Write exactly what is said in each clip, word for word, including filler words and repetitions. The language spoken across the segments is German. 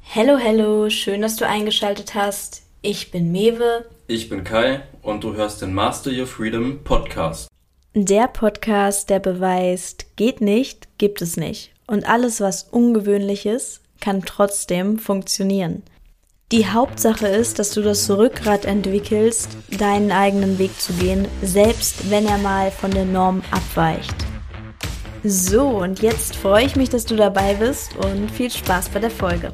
Hello, hello, schön, dass du eingeschaltet hast. Ich bin Mewe. Ich bin Kai und du hörst den Master Your Freedom Podcast. Der Podcast, der beweist, geht nicht, gibt es nicht. Und alles, was ungewöhnlich ist, kann trotzdem funktionieren. Die Hauptsache ist, dass du das Rückgrat entwickelst, deinen eigenen Weg zu gehen, selbst wenn er mal von der Norm abweicht. So, und jetzt freue ich mich, dass du dabei bist und viel Spaß bei der Folge.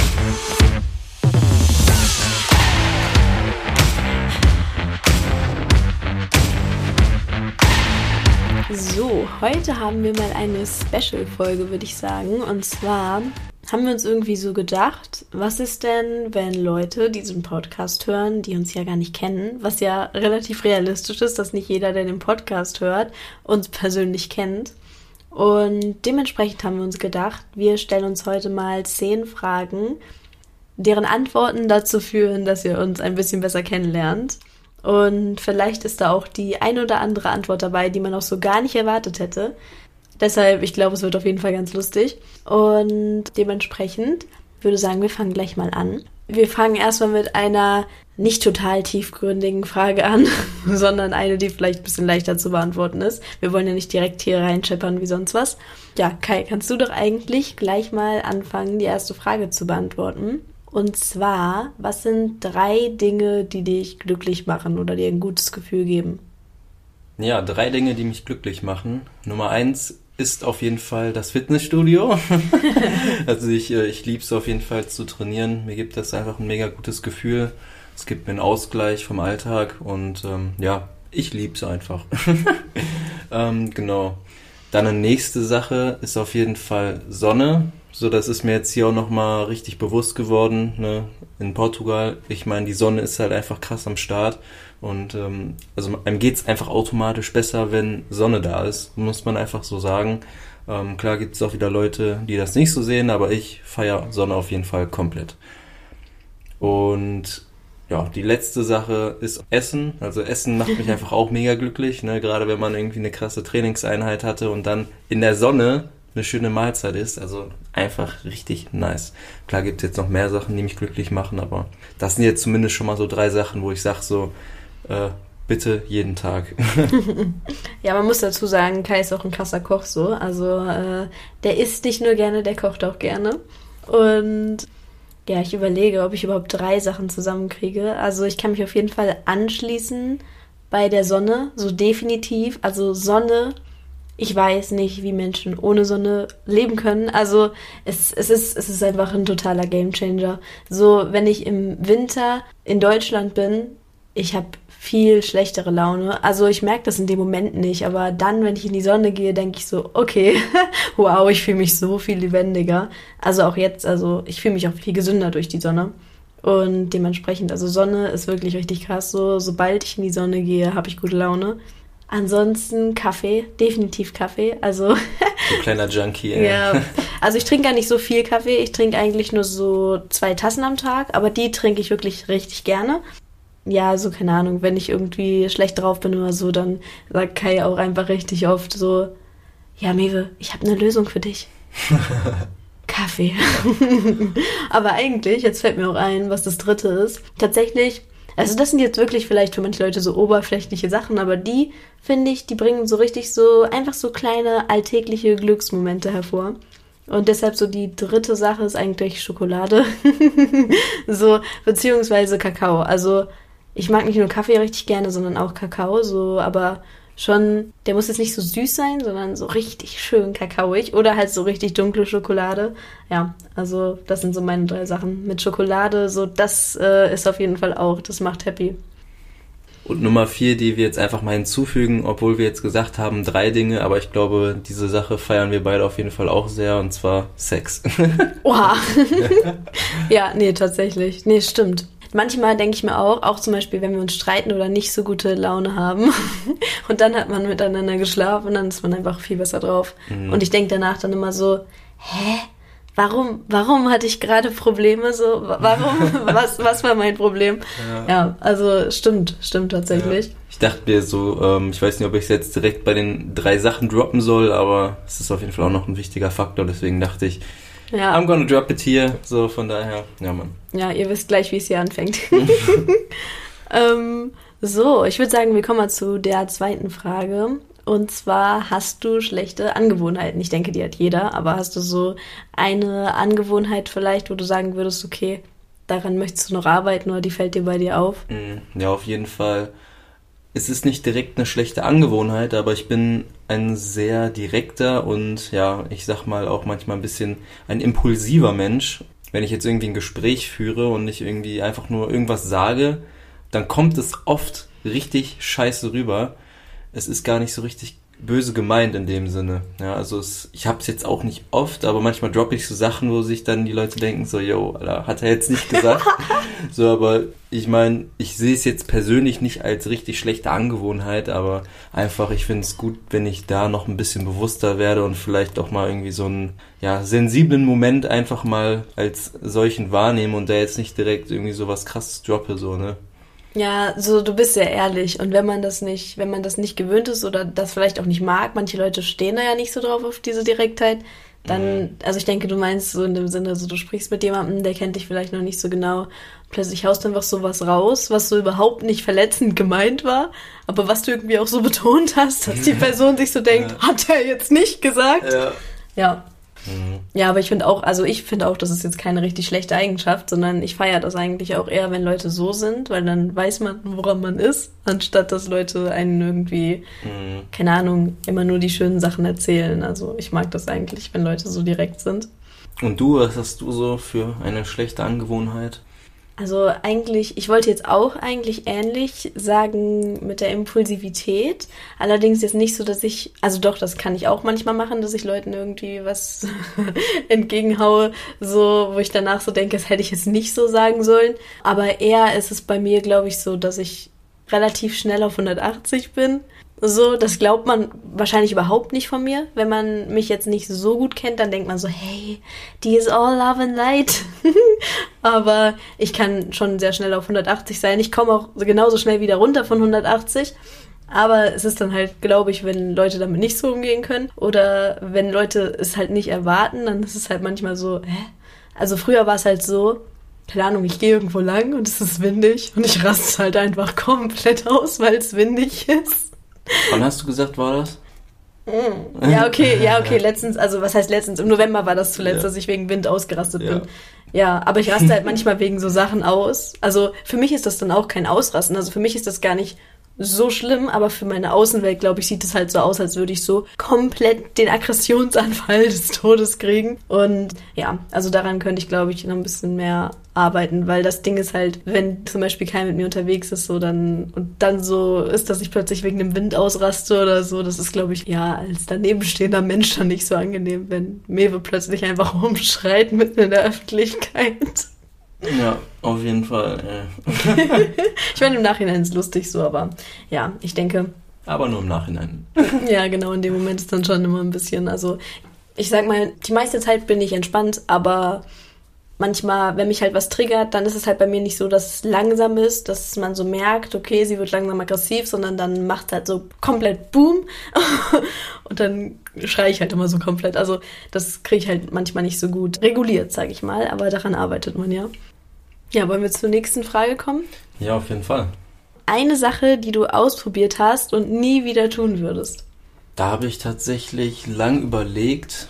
So, heute haben wir mal eine Special-Folge, würde ich sagen. Und zwar haben wir uns irgendwie so gedacht, was ist denn, wenn Leute diesen Podcast hören, die uns ja gar nicht kennen, was ja relativ realistisch ist, dass nicht jeder, der den Podcast hört, uns persönlich kennt. Und dementsprechend haben wir uns gedacht, wir stellen uns heute mal zehn Fragen, deren Antworten dazu führen, dass ihr uns ein bisschen besser kennenlernt. Und vielleicht ist da auch die ein oder andere Antwort dabei, die man auch so gar nicht erwartet hätte. Deshalb, ich glaube, es wird auf jeden Fall ganz lustig. Und dementsprechend würde ich sagen, wir fangen gleich mal an. Wir fangen erstmal mit einer nicht total tiefgründigen Frage an, sondern eine, die vielleicht ein bisschen leichter zu beantworten ist. Wir wollen ja nicht direkt hier reinscheppern wie sonst was. Ja, Kai, kannst du doch eigentlich gleich mal anfangen, die erste Frage zu beantworten? Und zwar, was sind drei Dinge, die dich glücklich machen oder dir ein gutes Gefühl geben? Ja, drei Dinge, die mich glücklich machen. Nummer eins ist auf jeden Fall das Fitnessstudio. Also ich, ich liebe es auf jeden Fall zu trainieren. Mir gibt das einfach ein mega gutes Gefühl. Es gibt mir einen Ausgleich vom Alltag und ähm, ja, ich liebe es einfach. ähm, genau. Dann eine nächste Sache ist auf jeden Fall Sonne. So, das ist mir jetzt hier auch nochmal richtig bewusst geworden, ne, in Portugal. Ich meine, die Sonne ist halt einfach krass am Start und ähm, also einem geht's einfach automatisch besser, wenn Sonne da ist, muss man einfach so sagen. Ähm, klar gibt es auch wieder Leute, die das nicht so sehen, aber ich feiere Sonne auf jeden Fall komplett. Und ja, die letzte Sache ist Essen. Also Essen macht mich einfach auch mega glücklich, ne, gerade wenn man irgendwie eine krasse Trainingseinheit hatte und dann in der Sonne eine schöne Mahlzeit ist, also einfach richtig nice. Klar gibt es jetzt noch mehr Sachen, die mich glücklich machen, aber das sind jetzt zumindest schon mal so drei Sachen, wo ich sage so, äh, bitte jeden Tag. Ja, man muss dazu sagen, Kai ist auch ein krasser Koch so, also äh, der isst nicht nur gerne, der kocht auch gerne. Und ja, ich überlege, ob ich überhaupt drei Sachen zusammenkriege. Also ich kann mich auf jeden Fall anschließen bei der Sonne, so definitiv, also Sonne. Ich weiß nicht, wie Menschen ohne Sonne leben können. Also es, es, ist, es ist einfach ein totaler Gamechanger. So, wenn ich im Winter in Deutschland bin, ich habe viel schlechtere Laune. Also ich merke das in dem Moment nicht. Aber dann, wenn ich in die Sonne gehe, denke ich so, okay, wow, ich fühle mich so viel lebendiger. Also auch jetzt, also ich fühle mich auch viel gesünder durch die Sonne. Und dementsprechend, also Sonne ist wirklich richtig krass. So, sobald ich in die Sonne gehe, habe ich gute Laune. Ansonsten Kaffee, definitiv Kaffee, also... So ein kleiner Junkie, ey. Ja, also ich trinke gar nicht so viel Kaffee, ich trinke eigentlich nur so zwei Tassen am Tag, aber die trinke ich wirklich richtig gerne. Ja, so keine Ahnung, wenn ich irgendwie schlecht drauf bin oder so, dann sagt Kai auch einfach richtig oft so, ja Mewe, ich habe eine Lösung für dich. Kaffee. Aber eigentlich, jetzt fällt mir auch ein, was das dritte ist, tatsächlich... Also das sind jetzt wirklich vielleicht für manche Leute so oberflächliche Sachen, aber die, finde ich, die bringen so richtig so, einfach so kleine alltägliche Glücksmomente hervor. Und deshalb so die dritte Sache ist eigentlich Schokolade. So, beziehungsweise Kakao. Also ich mag nicht nur Kaffee richtig gerne, sondern auch Kakao, so, aber schon, der muss jetzt nicht so süß sein, sondern so richtig schön kakaoig oder halt so richtig dunkle Schokolade. Ja, also das sind so meine drei Sachen. Mit Schokolade, so das äh, ist auf jeden Fall auch, das macht happy. Und Nummer vier, die wir jetzt einfach mal hinzufügen, obwohl wir jetzt gesagt haben, drei Dinge, aber ich glaube, diese Sache feiern wir beide auf jeden Fall auch sehr, und zwar Sex. Oha. Ja, nee, tatsächlich. Nee, stimmt. Manchmal denke ich mir auch, auch zum Beispiel, wenn wir uns streiten oder nicht so gute Laune haben und dann hat man miteinander geschlafen und dann ist man einfach viel besser drauf. Mhm. Und ich denke danach dann immer so, hä? Warum, warum hatte ich gerade Probleme so? Warum? was, was war mein Problem? Ja, ja, also stimmt, stimmt tatsächlich. Ja. Ich dachte mir so, ähm, ich weiß nicht, ob ich es jetzt direkt bei den drei Sachen droppen soll, aber es ist auf jeden Fall auch noch ein wichtiger Faktor, deswegen dachte ich, Ja. I'm gonna drop it here. So, von daher, ja, Mann. Ja, ihr wisst gleich, wie es hier anfängt. ähm, so, ich würde sagen, wir kommen mal zu der zweiten Frage. Und zwar, hast du schlechte Angewohnheiten? Ich denke, die hat jeder, aber hast du so eine Angewohnheit vielleicht, wo du sagen würdest, okay, daran möchtest du noch arbeiten oder die fällt dir bei dir auf? Ja, auf jeden Fall. Es ist nicht direkt eine schlechte Angewohnheit, aber ich bin ein sehr direkter und ja, ich sag mal auch manchmal ein bisschen ein impulsiver Mensch. Wenn ich jetzt irgendwie ein Gespräch führe und nicht irgendwie einfach nur irgendwas sage, dann kommt es oft richtig scheiße rüber. Es ist gar nicht so richtig böse gemeint in dem Sinne. Ja, also es, ich habe es jetzt auch nicht oft, aber manchmal droppe ich so Sachen, wo sich dann die Leute denken, so, yo, Alter, hat er jetzt nicht gesagt. So, aber ich meine, ich sehe es jetzt persönlich nicht als richtig schlechte Angewohnheit, aber einfach, ich finde es gut, wenn ich da noch ein bisschen bewusster werde und vielleicht auch mal irgendwie so einen, ja, sensiblen Moment einfach mal als solchen wahrnehme und da jetzt nicht direkt irgendwie so was krasses droppe, so, ne? Ja, so du bist sehr ehrlich und wenn man das nicht, wenn man das nicht gewöhnt ist oder das vielleicht auch nicht mag, manche Leute stehen da ja nicht so drauf auf diese Direktheit, dann, mhm. also ich denke, du meinst so in dem Sinne, so du sprichst mit jemandem, der kennt dich vielleicht noch nicht so genau, plötzlich haust du einfach sowas raus, was so überhaupt nicht verletzend gemeint war, aber was du irgendwie auch so betont hast, dass die Person sich so denkt, ja. Hat er jetzt nicht gesagt? Ja. Ja. Mhm. Ja, aber ich finde auch, also ich finde auch, das ist jetzt keine richtig schlechte Eigenschaft, sondern ich feiere das eigentlich auch eher, wenn Leute so sind, weil dann weiß man, woran man ist, anstatt dass Leute einen irgendwie, mhm. keine Ahnung, immer nur die schönen Sachen erzählen. Also ich mag das eigentlich, wenn Leute so direkt sind. Und du, was hast du so für eine schlechte Angewohnheit? Also eigentlich, ich wollte jetzt auch eigentlich ähnlich sagen mit der Impulsivität. Allerdings jetzt nicht so, dass ich, also doch, das kann ich auch manchmal machen, dass ich Leuten irgendwie was entgegenhaue, so, wo ich danach so denke, das hätte ich jetzt nicht so sagen sollen. Aber eher ist es bei mir, glaube ich, so, dass ich relativ schnell auf hundertachtzig bin. So, das glaubt man wahrscheinlich überhaupt nicht von mir. Wenn man mich jetzt nicht so gut kennt, dann denkt man so, hey, die ist all love and light. Aber ich kann schon sehr schnell auf hundertachtzig sein. Ich komme auch genauso schnell wieder runter von hundertachtzig. Aber es ist dann halt, glaube ich, wenn Leute damit nicht so umgehen können oder wenn Leute es halt nicht erwarten, dann ist es halt manchmal so, hä? Also früher war es halt so, keine Ahnung, ich gehe irgendwo lang und es ist windig und ich raste halt einfach komplett aus, weil es windig ist. Wann hast du gesagt, war das? Mm. Ja, okay, ja, okay, letztens, also was heißt letztens? Im November war das zuletzt, ja. Dass ich wegen Wind ausgerastet ja. bin. Ja, aber ich raste halt manchmal wegen so Sachen aus. Also für mich ist das dann auch kein Ausrasten. Also für mich ist das gar nicht so schlimm, aber für meine Außenwelt, glaube ich, sieht es halt so aus, als würde ich so komplett den Aggressionsanfall des Todes kriegen. Und ja, also daran könnte ich, glaube ich, noch ein bisschen mehr arbeiten, weil das Ding ist halt, wenn zum Beispiel keiner mit mir unterwegs ist, so dann und dann so ist, dass ich plötzlich wegen dem Wind ausraste oder so, das ist, glaube ich, ja, als danebenstehender Mensch dann nicht so angenehm, wenn Mewe plötzlich einfach rumschreit mitten in der Öffentlichkeit. Ja, auf jeden Fall. Ja. Ich meine, im Nachhinein ist es lustig so, aber ja, ich denke... Aber nur im Nachhinein. Ja, genau, in dem Moment ist dann schon immer ein bisschen, also ich sag mal, die meiste Zeit bin ich entspannt, aber manchmal, wenn mich halt was triggert, dann ist es halt bei mir nicht so, dass es langsam ist, dass man so merkt, okay, sie wird langsam aggressiv, sondern dann macht es halt so komplett Boom und dann schreie ich halt immer so komplett. Also das kriege ich halt manchmal nicht so gut reguliert, sage ich mal, aber daran arbeitet man ja. Ja, wollen wir zur nächsten Frage kommen? Ja, auf jeden Fall. Eine Sache, die du ausprobiert hast und nie wieder tun würdest. Da habe ich tatsächlich lang überlegt.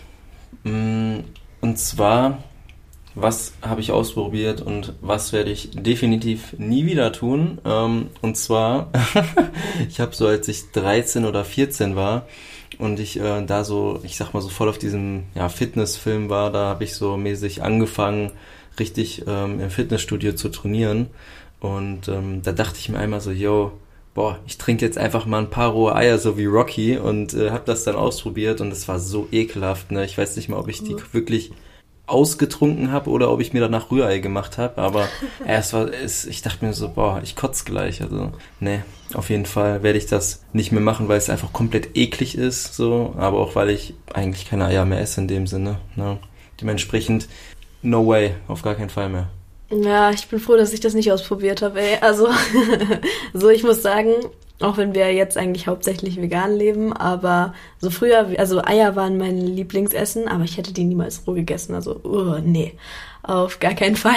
Und zwar, was habe ich ausprobiert und was werde ich definitiv nie wieder tun. Und zwar, ich habe so, als ich dreizehn oder vierzehn war und ich äh, da so, ich sag mal so voll auf diesem ja, Fitnessfilm war, da habe ich so mäßig angefangen, richtig ähm, im Fitnessstudio zu trainieren. Und ähm, da dachte ich mir einmal so, yo, boah, ich trinke jetzt einfach mal ein paar rohe Eier, so wie Rocky, und äh, habe das dann ausprobiert und es war so ekelhaft, ne? Ich weiß nicht mal, ob ich die wirklich ausgetrunken habe oder ob ich mir danach Rührei gemacht habe, aber äh, es war, es, ich dachte mir so, boah, ich kotze gleich, also ne, auf jeden Fall werde ich das nicht mehr machen, weil es einfach komplett eklig ist, so, aber auch weil ich eigentlich keine Eier mehr esse in dem Sinne, ne? Dementsprechend, no way, auf gar keinen Fall mehr. Ja, ich bin froh, dass ich das nicht ausprobiert habe, ey. Also, so, ich muss sagen, Auch wenn wir jetzt eigentlich hauptsächlich vegan leben, aber so früher, also Eier waren mein Lieblingsessen, aber ich hätte die niemals roh gegessen. Also, uh, nee, auf gar keinen Fall.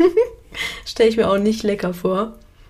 Stelle ich mir auch nicht lecker vor.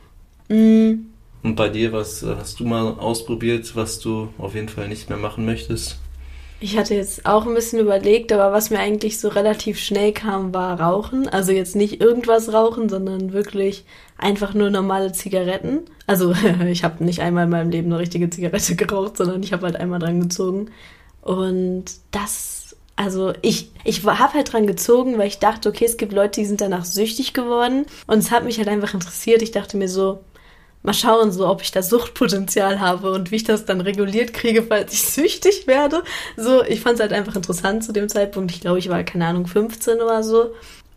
Mm. Und bei dir, was hast du mal ausprobiert, was du auf jeden Fall nicht mehr machen möchtest? Ich hatte jetzt auch ein bisschen überlegt, aber was mir eigentlich so relativ schnell kam, war Rauchen. Also jetzt nicht irgendwas rauchen, sondern wirklich einfach nur normale Zigaretten. Also ich habe nicht einmal in meinem Leben eine richtige Zigarette geraucht, sondern ich habe halt einmal dran gezogen. Und das, also ich, ich habe halt dran gezogen, weil ich dachte, okay, es gibt Leute, die sind danach süchtig geworden. Und es hat mich halt einfach interessiert. Ich dachte mir so, mal schauen, so, ob ich da Suchtpotenzial habe und wie ich das dann reguliert kriege, falls ich süchtig werde. So, ich fand es halt einfach interessant zu dem Zeitpunkt. Ich glaube, ich war, keine Ahnung, fünfzehn oder so.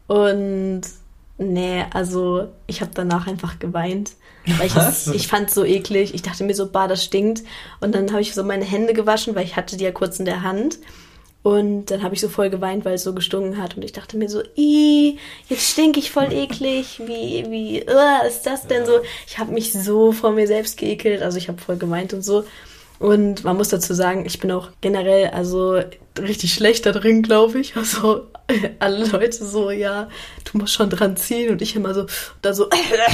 Und nee, also ich habe danach einfach geweint. Weil ich, es, ich fand es so eklig. Ich dachte mir so, bah, das stinkt. Und dann habe ich so meine Hände gewaschen, weil ich hatte die ja kurz in der Hand. Und dann habe ich so voll geweint, weil es so gestunken hat. Und ich dachte mir so, ih, jetzt stinke ich voll eklig. Wie, wie, uh, ist das denn so? Ich habe mich so vor mir selbst geekelt. Also ich habe voll geweint und so. Und man muss dazu sagen, ich bin auch generell also richtig schlecht da drin, glaube ich. Also alle Leute so, ja, du musst schon dran ziehen. Und ich immer so, da so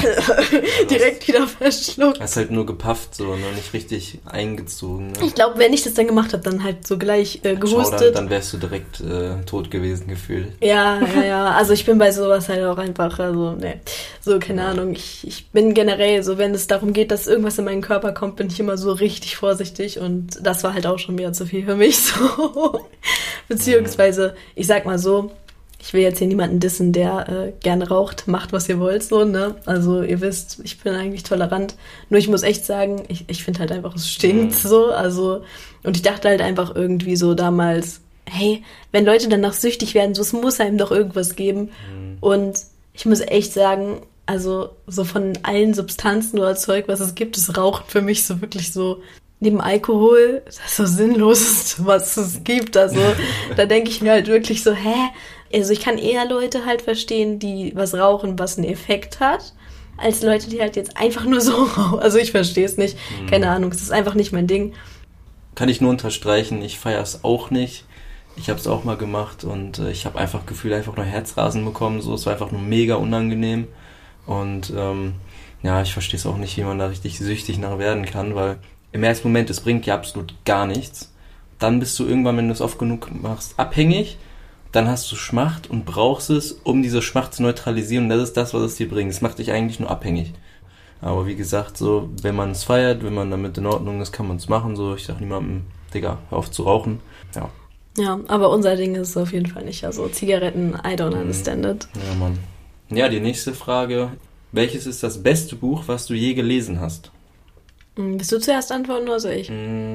direkt wieder verschluckt. Hast halt nur gepafft, so, noch nicht richtig eingezogen. Ne? Ich glaube, wenn ich das dann gemacht habe, dann halt so gleich äh, gehustet. Schau, dann, dann wärst du direkt äh, tot gewesen gefühlt. Ja, ja, ja. Also ich bin bei sowas halt auch einfach, also ne, so, keine ja. Ahnung. Ich, ich bin generell so, wenn es darum geht, dass irgendwas in meinen Körper kommt, bin ich immer so richtig vorsichtig. Und das war halt auch schon wieder zu viel für mich, so. Beziehungsweise, ich sag mal so, ich will jetzt hier niemanden dissen, der äh, gerne raucht, macht, was ihr wollt, so, ne? Also ihr wisst, ich bin eigentlich tolerant. Nur ich muss echt sagen, ich, ich finde halt einfach, es stinkt mhm. so, also, und ich dachte halt einfach irgendwie so damals, hey, wenn Leute danach süchtig werden, so, es muss einem doch irgendwas geben. Mhm. Und ich muss echt sagen, also so von allen Substanzen oder Zeug, was es gibt, ist Rauchen für mich so wirklich so, neben Alkohol, das so Sinnloseste, was es gibt. Also da denke ich mir halt wirklich so, hä? Also ich kann eher Leute halt verstehen, die was rauchen, was einen Effekt hat, als Leute, die halt jetzt einfach nur so rauchen. Also ich verstehe es nicht. Mhm. Keine Ahnung, es ist einfach nicht mein Ding. Kann ich nur unterstreichen, ich feiere es auch nicht. Ich habe es auch mal gemacht und äh, ich habe einfach Gefühl, einfach nur Herzrasen bekommen. So, es war einfach nur mega unangenehm. Und ähm, ja, ich verstehe es auch nicht, wie man da richtig süchtig nach werden kann, weil im ersten Moment, es bringt ja absolut gar nichts. Dann bist du irgendwann, wenn du es oft genug machst, abhängig. Dann hast du Schmacht und brauchst es, um diese Schmacht zu neutralisieren. Und das ist das, was es dir bringt. Es macht dich eigentlich nur abhängig. Aber wie gesagt, so, wenn man es feiert, wenn man damit in Ordnung ist, kann man es machen. So, ich sag niemandem, Digga, hör auf zu rauchen. Ja. Ja, aber unser Ding ist es auf jeden Fall nicht. Also Zigaretten, I don't understand it. Ja, Mann. Ja, die nächste Frage. Welches ist das beste Buch, was du je gelesen hast? Willst du zuerst antworten oder soll ich?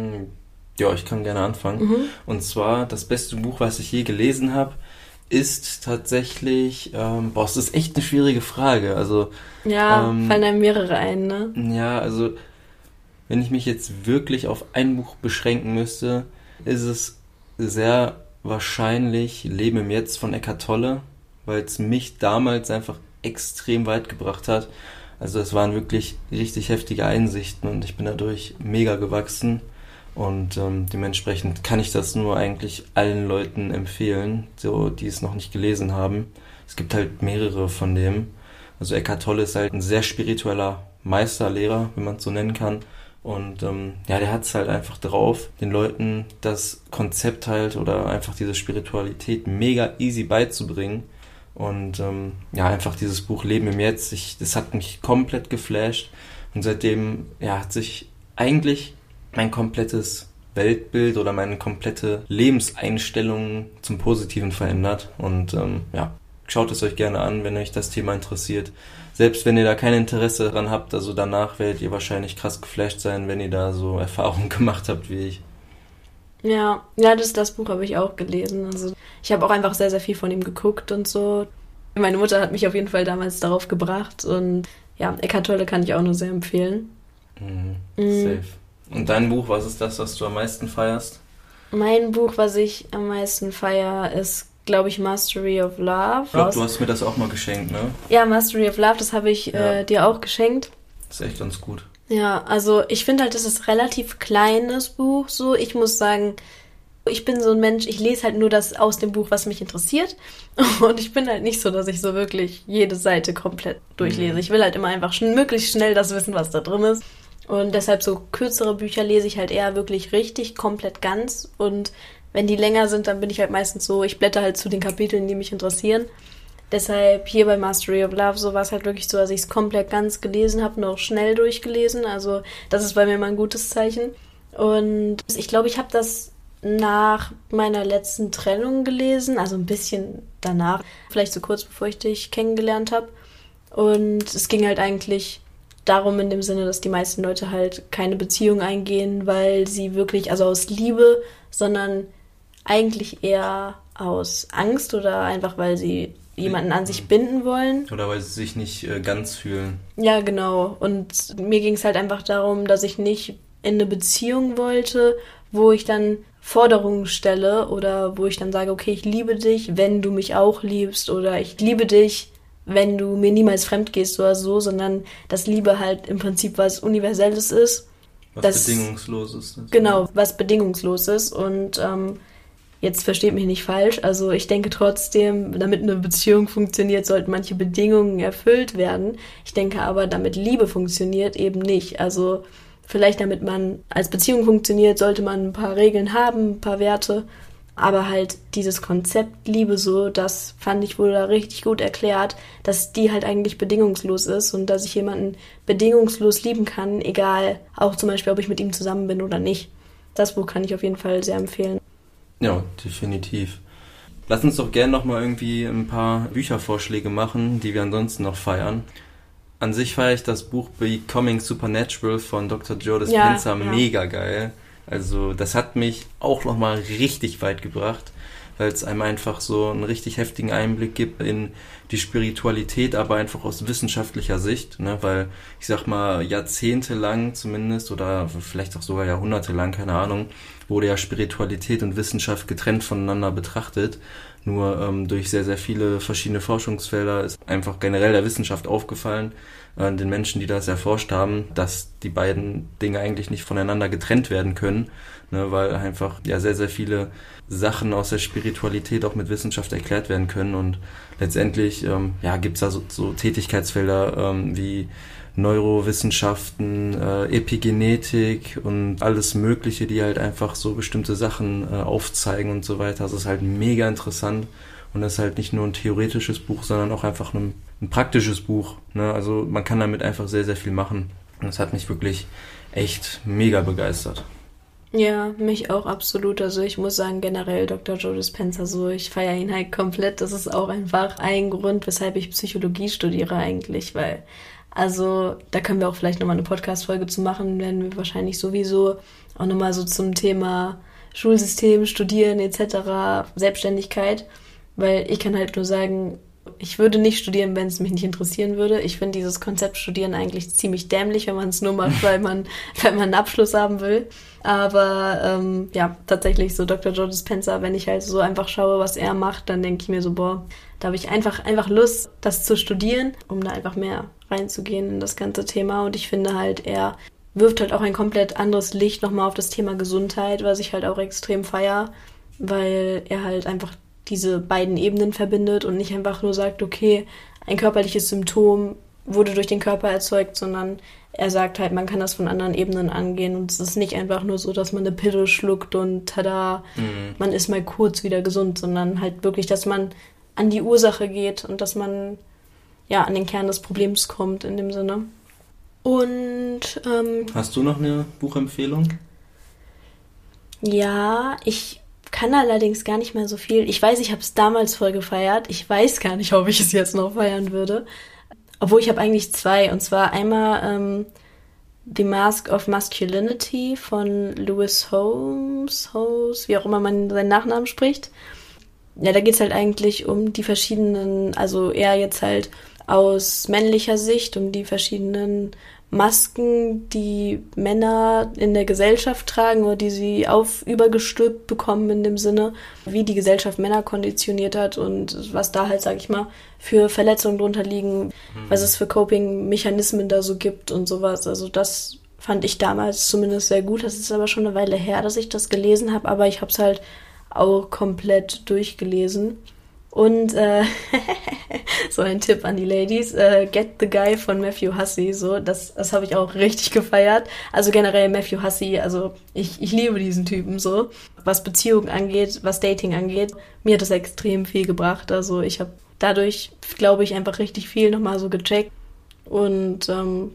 Ja, ich kann gerne anfangen. Mhm. Und zwar, das beste Buch, was ich je gelesen habe, ist tatsächlich, ähm, boah, das ist echt eine schwierige Frage. Also, ja, ähm, fallen einem mehrere ein, ne? Ja, also, wenn ich mich jetzt wirklich auf ein Buch beschränken müsste, ist es sehr wahrscheinlich Leben im Jetzt von Eckhart Tolle, weil es mich damals einfach extrem weit gebracht hat. Also es waren wirklich richtig heftige Einsichten und ich bin dadurch mega gewachsen und ähm, dementsprechend kann ich das nur eigentlich allen Leuten empfehlen, so, die es noch nicht gelesen haben. Es gibt halt mehrere von dem. Also Eckhart Tolle ist halt ein sehr spiritueller Meisterlehrer, wenn man es so nennen kann. Und ähm, ja, der hat es halt einfach drauf, den Leuten das Konzept halt oder einfach diese Spiritualität mega easy beizubringen. Und ähm, ja, einfach dieses Buch Leben im Jetzt, ich, das hat mich komplett geflasht. Und seitdem ja, hat sich eigentlich mein komplettes Weltbild oder meine komplette Lebenseinstellung zum Positiven verändert. Und ähm, ja, schaut es euch gerne an, wenn euch das Thema interessiert. Selbst wenn ihr da kein Interesse dran habt, also danach werdet ihr wahrscheinlich krass geflasht sein, wenn ihr da so Erfahrungen gemacht habt wie ich. Ja, ja, das, das Buch habe ich auch gelesen. Also ich habe auch einfach sehr, sehr viel von ihm geguckt und so. Meine Mutter hat mich auf jeden Fall damals darauf gebracht und ja, Eckhart Tolle kann ich auch nur sehr empfehlen. Mhm, mhm. Safe. Und dein Buch, was ist das, was du am meisten feierst? Mein Buch, was ich am meisten feiere, ist, glaube ich, Mastery of Love. Ich glaube, du hast mir das auch mal geschenkt, ne? Ja, Mastery of Love, das habe ich ja. äh, dir auch geschenkt. Das ist echt ganz gut. Ja, also ich finde halt, das ist ein relativ kleines Buch so. Ich muss sagen, ich bin so ein Mensch, ich lese halt nur das aus dem Buch, was mich interessiert. Und ich bin halt nicht so, dass ich so wirklich jede Seite komplett durchlese. Mhm. Ich will halt immer einfach schn- möglichst schnell das wissen, was da drin ist. Und deshalb so kürzere Bücher lese ich halt eher wirklich richtig, komplett ganz. Und wenn die länger sind, dann bin ich halt meistens so, ich blätter halt zu den Kapiteln, die mich interessieren. Deshalb hier bei Mastery of Love, so war es halt wirklich so, dass ich es komplett ganz gelesen habe, noch schnell durchgelesen. Also das ist bei mir mal ein gutes Zeichen. Und ich glaube, ich habe das nach meiner letzten Trennung gelesen, also ein bisschen danach, vielleicht so kurz bevor ich dich kennengelernt habe. Und es ging halt eigentlich darum in dem Sinne, dass die meisten Leute halt keine Beziehung eingehen, weil sie wirklich, also aus Liebe, sondern eigentlich eher aus Angst oder einfach, weil sie jemanden an sich binden wollen. Oder weil sie sich nicht äh, ganz fühlen. Ja, genau. Und mir ging es halt einfach darum, dass ich nicht in eine Beziehung wollte, wo ich dann Forderungen stelle oder wo ich dann sage, okay, ich liebe dich, wenn du mich auch liebst, oder ich liebe dich, wenn du mir niemals fremd gehst oder so, sondern dass Liebe halt im Prinzip was Universelles ist. Was das, bedingungslos ist. Genau, was bedingungslos ist. Und ähm, jetzt versteht mich nicht falsch, also ich denke trotzdem, damit eine Beziehung funktioniert, sollten manche Bedingungen erfüllt werden. Ich denke aber, damit Liebe funktioniert, eben nicht. Also vielleicht damit man als Beziehung funktioniert, sollte man ein paar Regeln haben, ein paar Werte. Aber halt dieses Konzept Liebe so, das fand ich, wurde da richtig gut erklärt, dass die halt eigentlich bedingungslos ist und dass ich jemanden bedingungslos lieben kann, egal, auch zum Beispiel, ob ich mit ihm zusammen bin oder nicht. Das Buch kann ich auf jeden Fall sehr empfehlen. Ja, definitiv. Lass uns doch gerne nochmal irgendwie ein paar Büchervorschläge machen, die wir ansonsten noch feiern. An sich feiere ich das Buch Becoming Supernatural von Doktor Joe Dispenza ja, ja. mega geil. Also das hat mich auch nochmal richtig weit gebracht, weil es einem einfach so einen richtig heftigen Einblick gibt in die Spiritualität, aber einfach aus wissenschaftlicher Sicht, ne? Weil ich sag mal jahrzehntelang zumindest oder vielleicht auch sogar jahrhundertelang, keine Ahnung, wurde ja Spiritualität und Wissenschaft getrennt voneinander betrachtet. Nur ähm, durch sehr, sehr viele verschiedene Forschungsfelder ist einfach generell der Wissenschaft aufgefallen, äh, den Menschen, die das erforscht haben, dass die beiden Dinge eigentlich nicht voneinander getrennt werden können, ne, weil einfach ja sehr, sehr viele Sachen aus der Spiritualität auch mit Wissenschaft erklärt werden können. Und letztendlich ähm, ja, gibt's da so, so Tätigkeitsfelder ähm, wie Neurowissenschaften, äh, Epigenetik und alles Mögliche, die halt einfach so bestimmte Sachen äh, aufzeigen und so weiter. Das ist halt mega interessant und das ist halt nicht nur ein theoretisches Buch, sondern auch einfach ein, ein praktisches Buch, ne? Also man kann damit einfach sehr, sehr viel machen und das hat mich wirklich echt mega begeistert. Ja, mich auch absolut. Also ich muss sagen, generell Doktor Joe Dispenza so, ich feiere ihn halt komplett. Das ist auch einfach ein Grund, weshalb ich Psychologie studiere eigentlich, weil also da können wir auch vielleicht nochmal eine Podcast-Folge zu machen, werden wir wahrscheinlich sowieso auch nochmal so zum Thema Schulsystem, Studieren et cetera, Selbstständigkeit, weil ich kann halt nur sagen, ich würde nicht studieren, wenn es mich nicht interessieren würde. Ich finde dieses Konzept Studieren eigentlich ziemlich dämlich, wenn man es nur macht, weil man, weil man einen Abschluss haben will. Aber ähm, ja, tatsächlich so Doktor Joe Dispenza, wenn ich halt so einfach schaue, was er macht, dann denke ich mir so, boah, da habe ich einfach, einfach Lust, das zu studieren, um da einfach mehr reinzugehen in das ganze Thema. Und ich finde halt, er wirft halt auch ein komplett anderes Licht nochmal auf das Thema Gesundheit, was ich halt auch extrem feiere, weil er halt einfach diese beiden Ebenen verbindet und nicht einfach nur sagt, okay, ein körperliches Symptom wurde durch den Körper erzeugt, sondern er sagt halt, man kann das von anderen Ebenen angehen und es ist nicht einfach nur so, dass man eine Pille schluckt und tada, mhm. man ist mal kurz wieder gesund, sondern halt wirklich, dass man an die Ursache geht und dass man ja an den Kern des Problems kommt in dem Sinne. Und ähm, hast du noch eine Buchempfehlung? Ja, ich kann allerdings gar nicht mehr so viel. Ich weiß, ich habe es damals voll gefeiert. Ich weiß gar nicht, ob ich es jetzt noch feiern würde. Obwohl, ich habe eigentlich zwei. Und zwar einmal ähm, The Mask of Masculinity von Lewis Holmes, Holmes, wie auch immer man seinen Nachnamen spricht. Ja, da geht es halt eigentlich um die verschiedenen, also eher jetzt halt aus männlicher Sicht, um die verschiedenen Masken, die Männer in der Gesellschaft tragen oder die sie auf übergestülpt bekommen in dem Sinne, wie die Gesellschaft Männer konditioniert hat und was da halt, sag ich mal, für Verletzungen drunter liegen, mhm. was es für Coping-Mechanismen da so gibt und sowas. Also das Fand ich damals zumindest sehr gut. Das ist aber schon eine Weile her, dass ich das gelesen habe, aber ich habe es halt auch komplett durchgelesen. Und äh, so ein Tipp an die Ladies, äh, Get the Guy von Matthew Hussey, so, das, das habe ich auch richtig gefeiert. Also generell Matthew Hussey, also ich, ich liebe diesen Typen so. Was Beziehungen angeht, was Dating angeht, mir hat das extrem viel gebracht. Also ich habe dadurch, glaube ich, einfach richtig viel nochmal so gecheckt und ähm,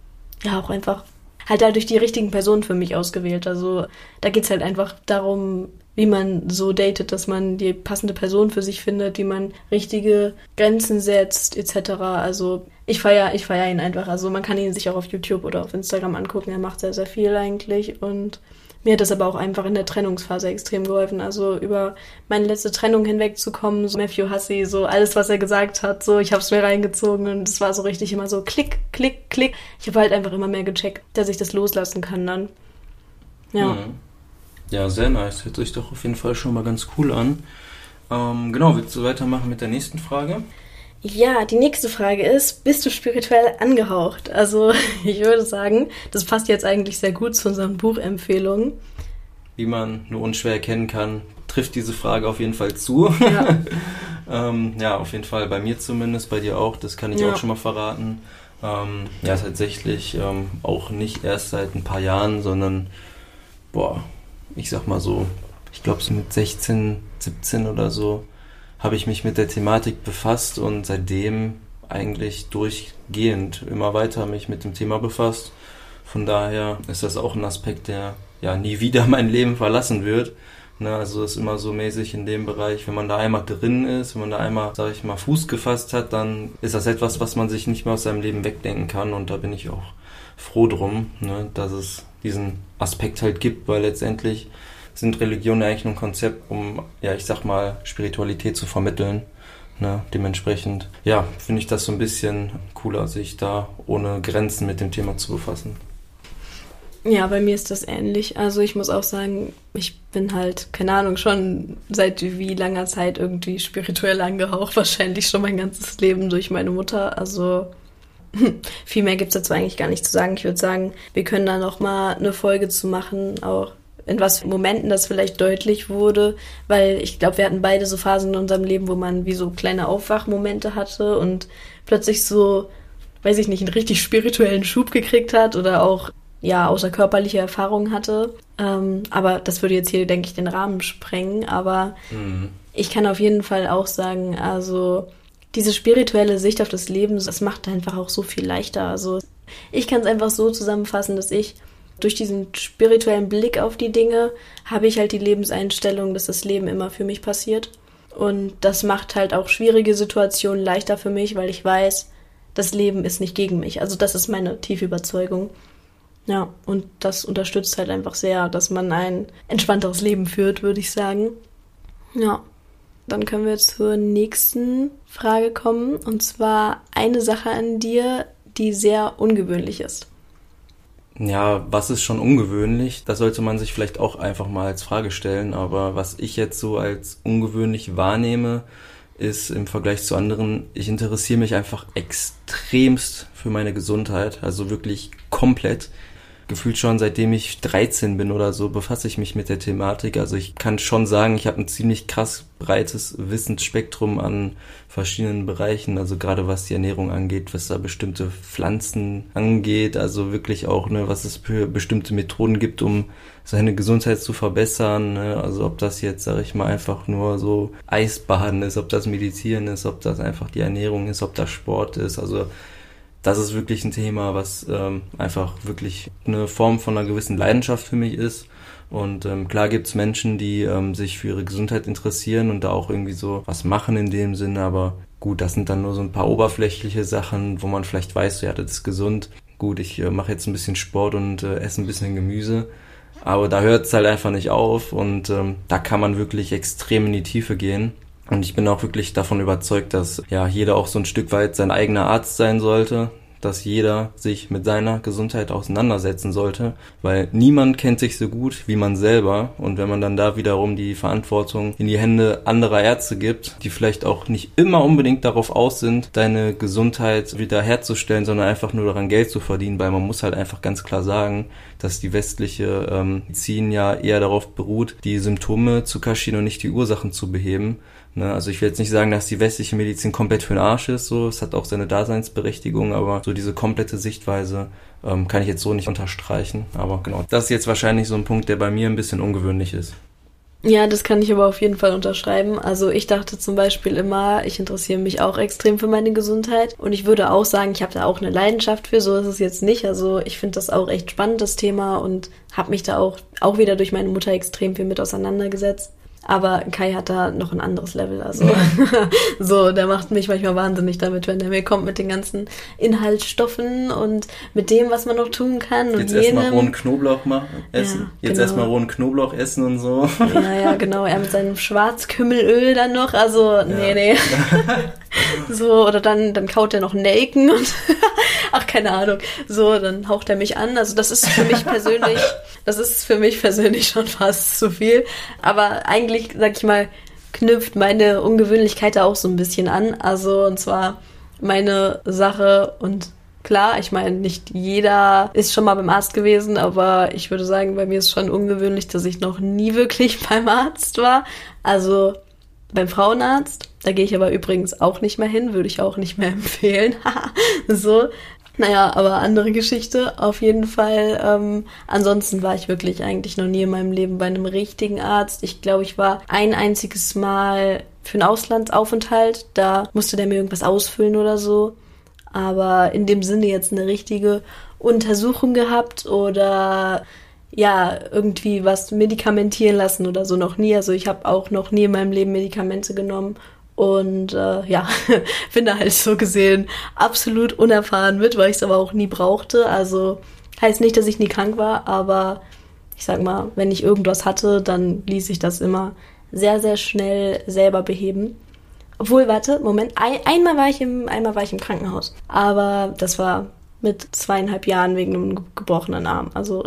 ja auch einfach halt dadurch die richtigen Personen für mich ausgewählt. Also da geht's halt einfach darum, wie man so datet, dass man die passende Person für sich findet, wie man richtige Grenzen setzt, et cetera. Also ich feiere ich feier ihn einfach. Also man kann ihn sich auch auf YouTube oder auf Instagram angucken. Er macht sehr, sehr viel eigentlich. Und mir hat das aber auch einfach in der Trennungsphase extrem geholfen. Also über meine letzte Trennung hinwegzukommen, so Matthew Hussey, so alles, was er gesagt hat, so ich habe es mir reingezogen und es war so richtig immer so klick, klick, klick. Ich habe halt einfach immer mehr gecheckt, dass ich das loslassen kann dann. Ja. Mhm. Ja, sehr nice. Hört sich doch auf jeden Fall schon mal ganz cool an. Ähm, genau, willst du weitermachen mit der nächsten Frage? Ja, die nächste Frage ist, bist du spirituell angehaucht? Also ich würde sagen, das passt jetzt eigentlich sehr gut zu unseren Buchempfehlungen. Wie man nur unschwer erkennen kann, trifft diese Frage auf jeden Fall zu. Ja, ähm, ja auf jeden Fall bei mir zumindest, bei dir auch, das kann ich ja. auch schon mal verraten. Ähm, ja, tatsächlich ähm, auch nicht erst seit ein paar Jahren, sondern boah, ich sag mal so, ich glaube so mit sechzehn, siebzehn oder so, habe ich mich mit der Thematik befasst und seitdem eigentlich durchgehend immer weiter mich mit dem Thema befasst. Von daher ist das auch ein Aspekt, der ja nie wieder mein Leben verlassen wird. Ne, also ist immer so mäßig in dem Bereich, wenn man da einmal drin ist, wenn man da einmal, sag ich mal, Fuß gefasst hat, dann ist das etwas, was man sich nicht mehr aus seinem Leben wegdenken kann und da bin ich auch froh drum, ne, dass es diesen Aspekt halt gibt, weil letztendlich sind Religionen eigentlich nur ein Konzept, um, ja, ich sag mal, Spiritualität zu vermitteln. Ne? Dementsprechend, ja, finde ich das so ein bisschen cooler, sich da ohne Grenzen mit dem Thema zu befassen. Ja, bei mir ist das ähnlich. Also ich muss auch sagen, ich bin halt, keine Ahnung, schon seit wie langer Zeit irgendwie spirituell angehaucht. Wahrscheinlich schon mein ganzes Leben durch meine Mutter. Also viel mehr gibt's dazu eigentlich gar nicht zu sagen. Ich würde sagen, wir können da noch mal eine Folge zu machen, auch in was für Momenten das vielleicht deutlich wurde, weil ich glaube, wir hatten beide so Phasen in unserem Leben, wo man wie so kleine Aufwachmomente hatte und plötzlich so, weiß ich nicht, einen richtig spirituellen Schub gekriegt hat oder auch, ja, außerkörperliche Erfahrungen hatte. Ähm, aber das würde jetzt hier, denke ich, den Rahmen sprengen. Aber mhm. ich kann auf jeden Fall auch sagen, also diese spirituelle Sicht auf das Leben, das macht einfach auch so viel leichter. Also ich kann es einfach so zusammenfassen, dass ich durch diesen spirituellen Blick auf die Dinge habe ich halt die Lebenseinstellung, dass das Leben immer für mich passiert. Und das macht halt auch schwierige Situationen leichter für mich, weil ich weiß, das Leben ist nicht gegen mich. Also das ist meine tiefe Überzeugung. Ja, und das unterstützt halt einfach sehr, dass man ein entspannteres Leben führt, würde ich sagen. Ja, dann können wir zur nächsten Frage kommen. Und zwar eine Sache an dir, die sehr ungewöhnlich ist. Ja, was ist schon ungewöhnlich? Das sollte man sich vielleicht auch einfach mal als Frage stellen. Aber was ich jetzt so als ungewöhnlich wahrnehme, ist im Vergleich zu anderen, ich interessiere mich einfach extremst für meine Gesundheit. Also wirklich komplett. Gefühlt schon seitdem ich dreizehn bin oder so, befasse ich mich mit der Thematik. Also ich kann schon sagen, ich habe ein ziemlich krass breites Wissensspektrum an verschiedenen Bereichen. Also gerade was die Ernährung angeht, was da bestimmte Pflanzen angeht. Also wirklich auch, ne, was es für bestimmte Methoden gibt, um seine Gesundheit zu verbessern. Ne? Also ob das jetzt, sage ich mal, einfach nur so Eisbaden ist, ob das Meditieren ist, ob das einfach die Ernährung ist, ob das Sport ist. Also das ist wirklich ein Thema, was ähm, einfach wirklich eine Form von einer gewissen Leidenschaft für mich ist. Und ähm, klar gibt's Menschen, die ähm, sich für ihre Gesundheit interessieren und da auch irgendwie so was machen in dem Sinne. Aber gut, das sind dann nur so ein paar oberflächliche Sachen, wo man vielleicht weiß, ja, das ist gesund. Gut, ich äh, mache jetzt ein bisschen Sport und äh, esse ein bisschen Gemüse. Aber da hört's halt einfach nicht auf und ähm, da kann man wirklich extrem in die Tiefe gehen. Und ich bin auch wirklich davon überzeugt, dass ja jeder auch so ein Stück weit sein eigener Arzt sein sollte. dass jeder sich mit seiner Gesundheit auseinandersetzen sollte, weil niemand kennt sich so gut wie man selber. Und wenn man dann da wiederum die Verantwortung in die Hände anderer Ärzte gibt, die vielleicht auch nicht immer unbedingt darauf aus sind, deine Gesundheit wieder herzustellen, sondern einfach nur daran Geld zu verdienen, weil man muss halt einfach ganz klar sagen, dass die westliche ähm, Medizin ja eher darauf beruht, die Symptome zu kaschieren und nicht die Ursachen zu beheben. Ne? Also ich will jetzt nicht sagen, dass die westliche Medizin komplett für den Arsch ist, so, es hat auch seine Daseinsberechtigung, aber so diese komplette Sichtweise ähm, kann ich jetzt so nicht unterstreichen. Aber genau, das ist jetzt wahrscheinlich so ein Punkt, der bei mir ein bisschen ungewöhnlich ist. Ja, das kann ich aber auf jeden Fall unterschreiben. Also ich dachte zum Beispiel immer, ich interessiere mich auch extrem für meine Gesundheit und ich würde auch sagen, ich habe da auch eine Leidenschaft für, so ist es jetzt nicht. Also ich finde das auch echt spannend, das Thema, und habe mich da auch, auch wieder durch meine Mutter extrem viel mit auseinandergesetzt. Aber Kai hat da noch ein anderes Level, also so, der macht mich manchmal wahnsinnig damit, wenn der mir kommt mit den ganzen Inhaltsstoffen und mit dem, was man noch tun kann und Jetzt jenem. erstmal rohen Knoblauch machen, essen. Ja, Jetzt genau. erstmal rohen Knoblauch essen und so. Ja, ja, genau, er mit seinem Schwarzkümmelöl dann noch, also nee, nee. So, oder dann, dann kaut er noch Nelken und ach, keine Ahnung. So, dann haucht er mich an. Also das ist für mich persönlich, das ist für mich persönlich schon fast zu viel. Aber eigentlich, sag ich mal, knüpft meine Ungewöhnlichkeit da auch so ein bisschen an. Also, und zwar meine Sache, und klar, ich meine, nicht jeder ist schon mal beim Arzt gewesen, aber ich würde sagen, bei mir ist schon ungewöhnlich, dass ich noch nie wirklich beim Arzt war. Also beim Frauenarzt, da gehe ich aber übrigens auch nicht mehr hin, würde ich auch nicht mehr empfehlen. So, naja, aber andere Geschichte auf jeden Fall. Ähm, ansonsten war ich wirklich eigentlich noch nie in meinem Leben bei einem richtigen Arzt. Ich glaube, ich war ein einziges Mal für einen Auslandsaufenthalt. Da musste der mir irgendwas ausfüllen oder so. Aber in dem Sinne jetzt eine richtige Untersuchung gehabt oder ja, irgendwie was medikamentieren lassen oder so noch nie. Also ich habe auch noch nie in meinem Leben Medikamente genommen und äh, ja, bin da halt so gesehen absolut unerfahren mit, weil ich es aber auch nie brauchte. Also heißt nicht, dass ich nie krank war, aber ich sag mal, wenn ich irgendwas hatte, dann ließ ich das immer sehr, sehr schnell selber beheben. Obwohl, warte, Moment, ein, einmal war ich im, einmal war ich im Krankenhaus, aber das war mit zweieinhalb Jahren wegen einem gebrochenen Arm. Also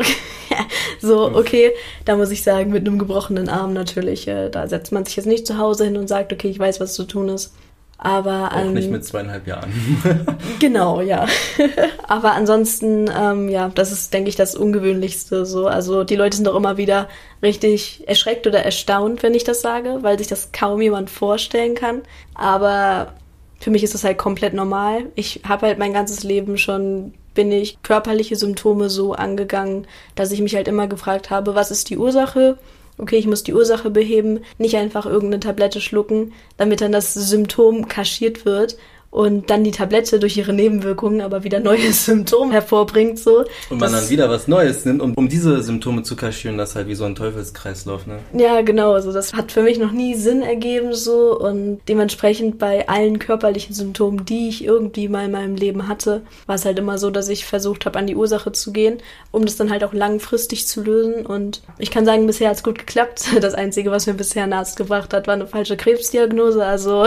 so, okay, da muss ich sagen, mit einem gebrochenen Arm natürlich, äh, da setzt man sich jetzt nicht zu Hause hin und sagt, okay, ich weiß, was zu tun ist. Aber auch ähm, nicht mit zweieinhalb Jahren. Genau, ja. Aber ansonsten, ähm, ja, das ist, denke ich, das Ungewöhnlichste. So, also die Leute sind doch immer wieder richtig erschreckt oder erstaunt, wenn ich das sage, weil sich das kaum jemand vorstellen kann. Aber für mich ist das halt komplett normal. Ich habe halt mein ganzes Leben schon, bin ich körperliche Symptome so angegangen, dass ich mich halt immer gefragt habe, was ist die Ursache? Okay, ich muss die Ursache beheben, nicht einfach irgendeine Tablette schlucken, damit dann das Symptom kaschiert wird und dann die Tablette durch ihre Nebenwirkungen aber wieder neues Symptom hervorbringt, so. Und man dann wieder was Neues nimmt, um, um diese Symptome zu kaschieren, das ist halt wie so ein Teufelskreislauf, ne? Ja, genau, also das hat für mich noch nie Sinn ergeben, so, und dementsprechend bei allen körperlichen Symptomen, die ich irgendwie mal in meinem Leben hatte, war es halt immer so, dass ich versucht habe, an die Ursache zu gehen, um das dann halt auch langfristig zu lösen, und ich kann sagen, bisher hat es gut geklappt. Das Einzige, was mir bisher ein Arzt gebracht hat, war eine falsche Krebsdiagnose, also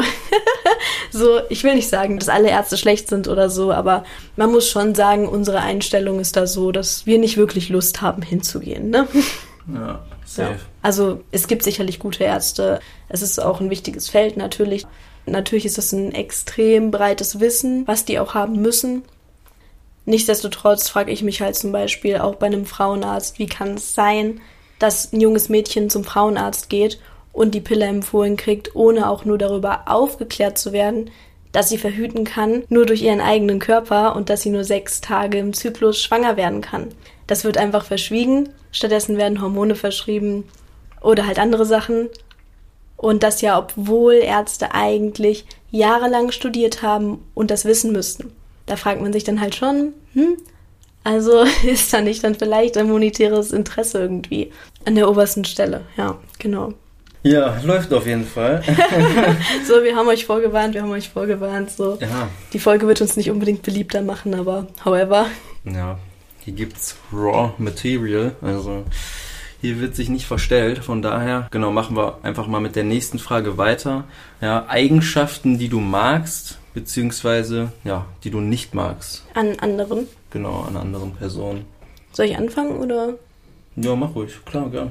so, ich will nicht sagen, dass alle Ärzte schlecht sind oder so, aber man muss schon sagen, unsere Einstellung ist da so, dass wir nicht wirklich Lust haben, hinzugehen, ne? Ja, safe. Ja. Also es gibt sicherlich gute Ärzte, es ist auch ein wichtiges Feld natürlich. Natürlich ist das ein extrem breites Wissen, was die auch haben müssen. Nichtsdestotrotz frage ich mich halt zum Beispiel auch bei einem Frauenarzt, wie kann es sein, dass ein junges Mädchen zum Frauenarzt geht und die Pille empfohlen kriegt, ohne auch nur darüber aufgeklärt zu werden, dass sie verhüten kann, nur durch ihren eigenen Körper, und dass sie nur sechs Tage im Zyklus schwanger werden kann. Das wird einfach verschwiegen, stattdessen werden Hormone verschrieben oder halt andere Sachen. Und das ja, obwohl Ärzte eigentlich jahrelang studiert haben und das wissen müssten. Da fragt man sich dann halt schon, hm, also ist da nicht dann vielleicht ein monetäres Interesse irgendwie an der obersten Stelle? Ja, genau. Ja, läuft auf jeden Fall. So, wir haben euch vorgewarnt, wir haben euch vorgewarnt. So. Ja. Die Folge wird uns nicht unbedingt beliebter machen, aber however. Ja, hier gibt's Raw Material, also Hier wird sich nicht verstellt. Von daher, genau, machen wir einfach mal mit der nächsten Frage weiter. Ja, Eigenschaften, die du magst, beziehungsweise, ja, die du nicht magst. An anderen? Genau, an anderen Personen. Soll ich anfangen, oder? Ja, mach ruhig. Klar, gern.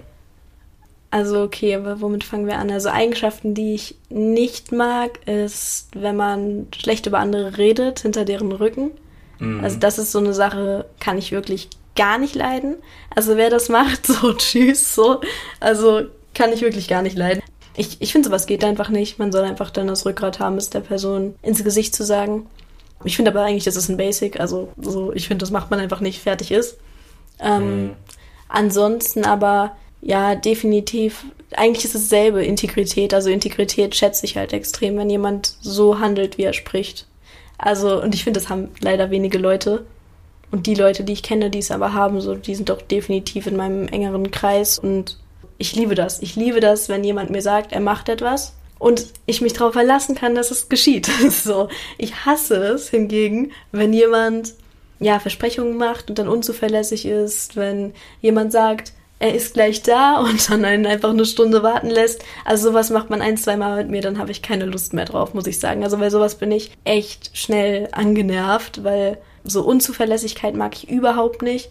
Also okay, aber womit fangen wir an? Also Eigenschaften, die ich nicht mag, ist, wenn man schlecht über andere redet, hinter deren Rücken. Mhm. Also das ist so eine Sache, kann ich wirklich gar nicht leiden. Also wer das macht, so tschüss, so. Also kann ich wirklich gar nicht leiden. Ich, ich finde, sowas geht einfach nicht. Man soll einfach dann das Rückgrat haben, es der Person ins Gesicht zu sagen. Ich finde aber eigentlich, das ist ein Basic. Also so, ich finde, das macht man einfach nicht, fertig ist. Ähm, mhm. Ansonsten aber... Ja, definitiv. Eigentlich ist es dasselbe, Integrität. Also Integrität schätze ich halt extrem, wenn jemand so handelt, wie er spricht. Also, und ich finde, das haben leider wenige Leute. Und die Leute, die ich kenne, die es aber haben, so, die sind doch definitiv in meinem engeren Kreis. Und ich liebe das. Ich liebe das, wenn jemand mir sagt, er macht etwas und ich mich darauf verlassen kann, dass es geschieht. So. Ich hasse es hingegen, wenn jemand, ja, Versprechungen macht und dann unzuverlässig ist, wenn jemand sagt, er ist gleich da und dann einen einfach eine Stunde warten lässt. Also sowas macht man ein, zwei Mal mit mir, dann habe ich keine Lust mehr drauf, muss ich sagen. Also bei sowas bin ich echt schnell angenervt, weil so Unzuverlässigkeit mag ich überhaupt nicht.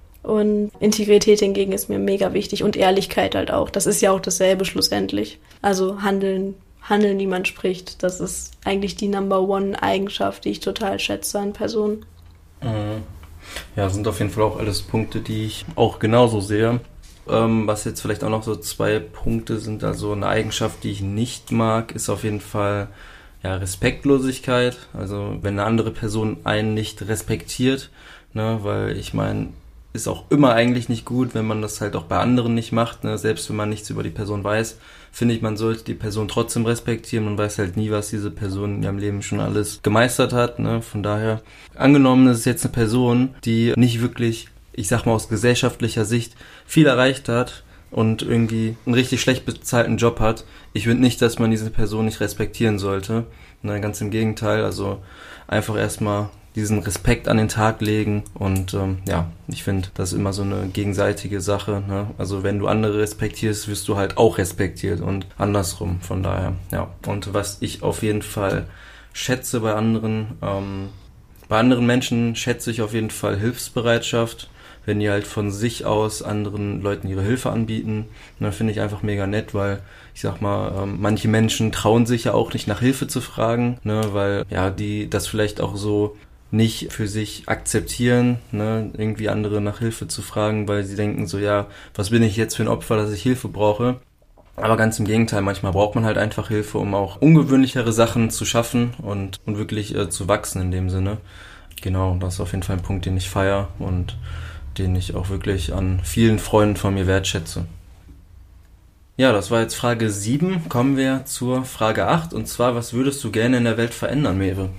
Und Integrität hingegen ist mir mega wichtig und Ehrlichkeit halt auch. Das ist ja auch dasselbe schlussendlich. Also handeln, handeln, wie man spricht, das ist eigentlich die Number One Eigenschaft, die ich total schätze an Personen. Mhm. Ja, sind auf jeden Fall auch alles Punkte, die ich auch genauso sehe. Ähm, was jetzt vielleicht auch noch so zwei Punkte sind, also eine Eigenschaft, die ich nicht mag, ist auf jeden Fall ja Respektlosigkeit. Also wenn eine andere Person einen nicht respektiert, ne, weil ich meine, ist auch immer eigentlich nicht gut, wenn man das halt auch bei anderen nicht macht, ne, selbst wenn man nichts über die Person weiß, finde ich, man sollte die Person trotzdem respektieren. Man weiß halt nie, was diese Person in ihrem Leben schon alles gemeistert hat, ne, von daher, angenommen, es ist jetzt eine Person, die nicht wirklich, ich sag mal aus gesellschaftlicher Sicht, viel erreicht hat und irgendwie einen richtig schlecht bezahlten Job hat. Ich finde nicht, dass man diese Person nicht respektieren sollte, ne, ganz im Gegenteil, also einfach erstmal diesen Respekt an den Tag legen und ähm, ja, ich finde, das ist immer so eine gegenseitige Sache, ne? Also wenn du andere respektierst, wirst du halt auch respektiert und andersrum, von daher, ja. Und was ich auf jeden Fall schätze bei anderen, ähm, bei anderen Menschen schätze ich auf jeden Fall Hilfsbereitschaft, wenn die halt von sich aus anderen Leuten ihre Hilfe anbieten, ne, finde ich einfach mega nett, weil ich sag mal, ähm, manche Menschen trauen sich ja auch nicht nach Hilfe zu fragen, ne, weil ja, die das vielleicht auch so nicht für sich akzeptieren, ne, irgendwie andere nach Hilfe zu fragen, weil sie denken so, ja, was bin ich jetzt für ein Opfer, dass ich Hilfe brauche? Aber ganz im Gegenteil, manchmal braucht man halt einfach Hilfe, um auch ungewöhnlichere Sachen zu schaffen und, und wirklich äh, zu wachsen in dem Sinne. Genau, das ist auf jeden Fall ein Punkt, den ich feiere und den ich auch wirklich an vielen Freunden von mir wertschätze. Ja, das war jetzt Frage sieben. Kommen wir zur Frage acht, und zwar, was würdest du gerne in der Welt verändern, Mewe?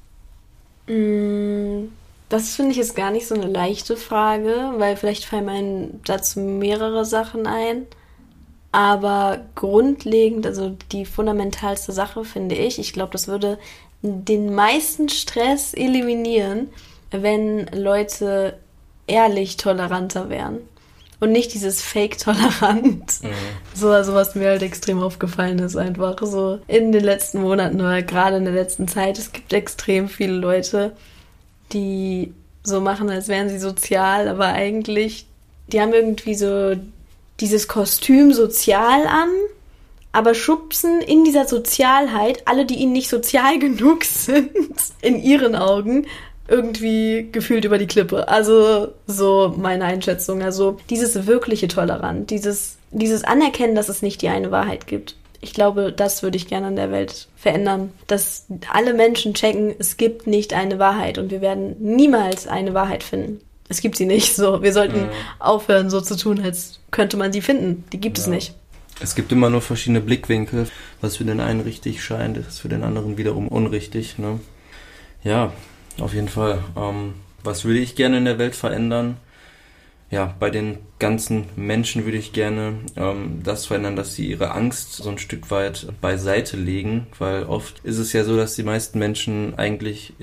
Das finde ich jetzt gar nicht so eine leichte Frage, weil vielleicht fallen mir dazu mehrere Sachen ein. Aber grundlegend, also die fundamentalste Sache finde ich, ich glaube, das würde den meisten Stress eliminieren, wenn Leute ehrlich toleranter wären. Und nicht dieses Fake-Tolerant. Mhm. So, also was mir halt extrem aufgefallen ist einfach so in den letzten Monaten oder gerade in der letzten Zeit. Es gibt extrem viele Leute, die so machen, als wären sie sozial, aber eigentlich, die haben irgendwie so dieses Kostüm sozial an, aber schubsen in dieser Sozialheit alle, die ihnen nicht sozial genug sind, in ihren Augen, irgendwie gefühlt über die Klippe. Also so meine Einschätzung. Also dieses wirkliche Tolerant, dieses, dieses Anerkennen, dass es nicht die eine Wahrheit gibt. Ich glaube, das würde ich gerne in der Welt verändern. Dass alle Menschen checken, es gibt nicht eine Wahrheit und wir werden niemals eine Wahrheit finden. Es gibt sie nicht. So, wir sollten mhm. aufhören, so zu tun, als könnte man sie finden. Die gibt ja. es nicht. Es gibt immer nur verschiedene Blickwinkel. Was für den einen richtig scheint, ist für den anderen wiederum unrichtig, ne? Ja, auf jeden Fall. Ähm, was würde ich gerne in der Welt verändern? Ja, bei den ganzen Menschen würde ich gerne ähm, das verändern, dass sie ihre Angst so ein Stück weit beiseite legen, weil oft ist es ja so, dass die meisten Menschen eigentlich ja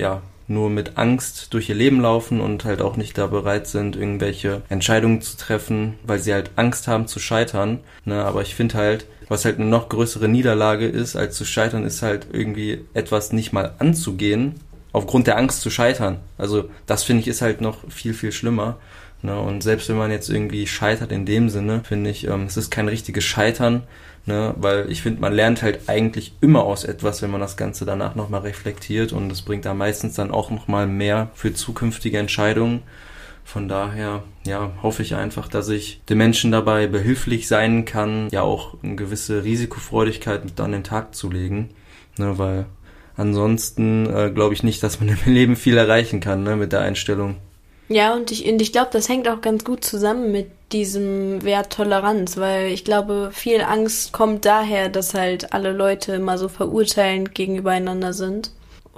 nur mit Angst durch ihr Leben laufen und halt auch nicht da bereit sind, irgendwelche Entscheidungen zu treffen, weil sie halt Angst haben zu scheitern. Ne? Aber ich finde halt, was halt eine noch größere Niederlage ist, als zu scheitern, ist halt irgendwie etwas nicht mal anzugehen, aufgrund der Angst zu scheitern. Also das finde ich ist halt noch viel, viel schlimmer. Ne? Und selbst wenn man jetzt irgendwie scheitert in dem Sinne, finde ich, ähm, es ist kein richtiges Scheitern, ne? Weil ich finde, man lernt halt eigentlich immer aus etwas, wenn man das Ganze danach nochmal reflektiert und das bringt da meistens dann auch nochmal mehr für zukünftige Entscheidungen. Von daher, ja, hoffe ich einfach, dass ich den Menschen dabei behilflich sein kann, ja auch eine gewisse Risikofreudigkeit mit an den Tag zu legen, ne? Weil ansonsten äh, glaube ich nicht, dass man im Leben viel erreichen kann, ne, mit der Einstellung. Ja, und ich, und ich glaube, das hängt auch ganz gut zusammen mit diesem Wert Toleranz, weil ich glaube, viel Angst kommt daher, dass halt alle Leute immer so verurteilend gegenübereinander sind.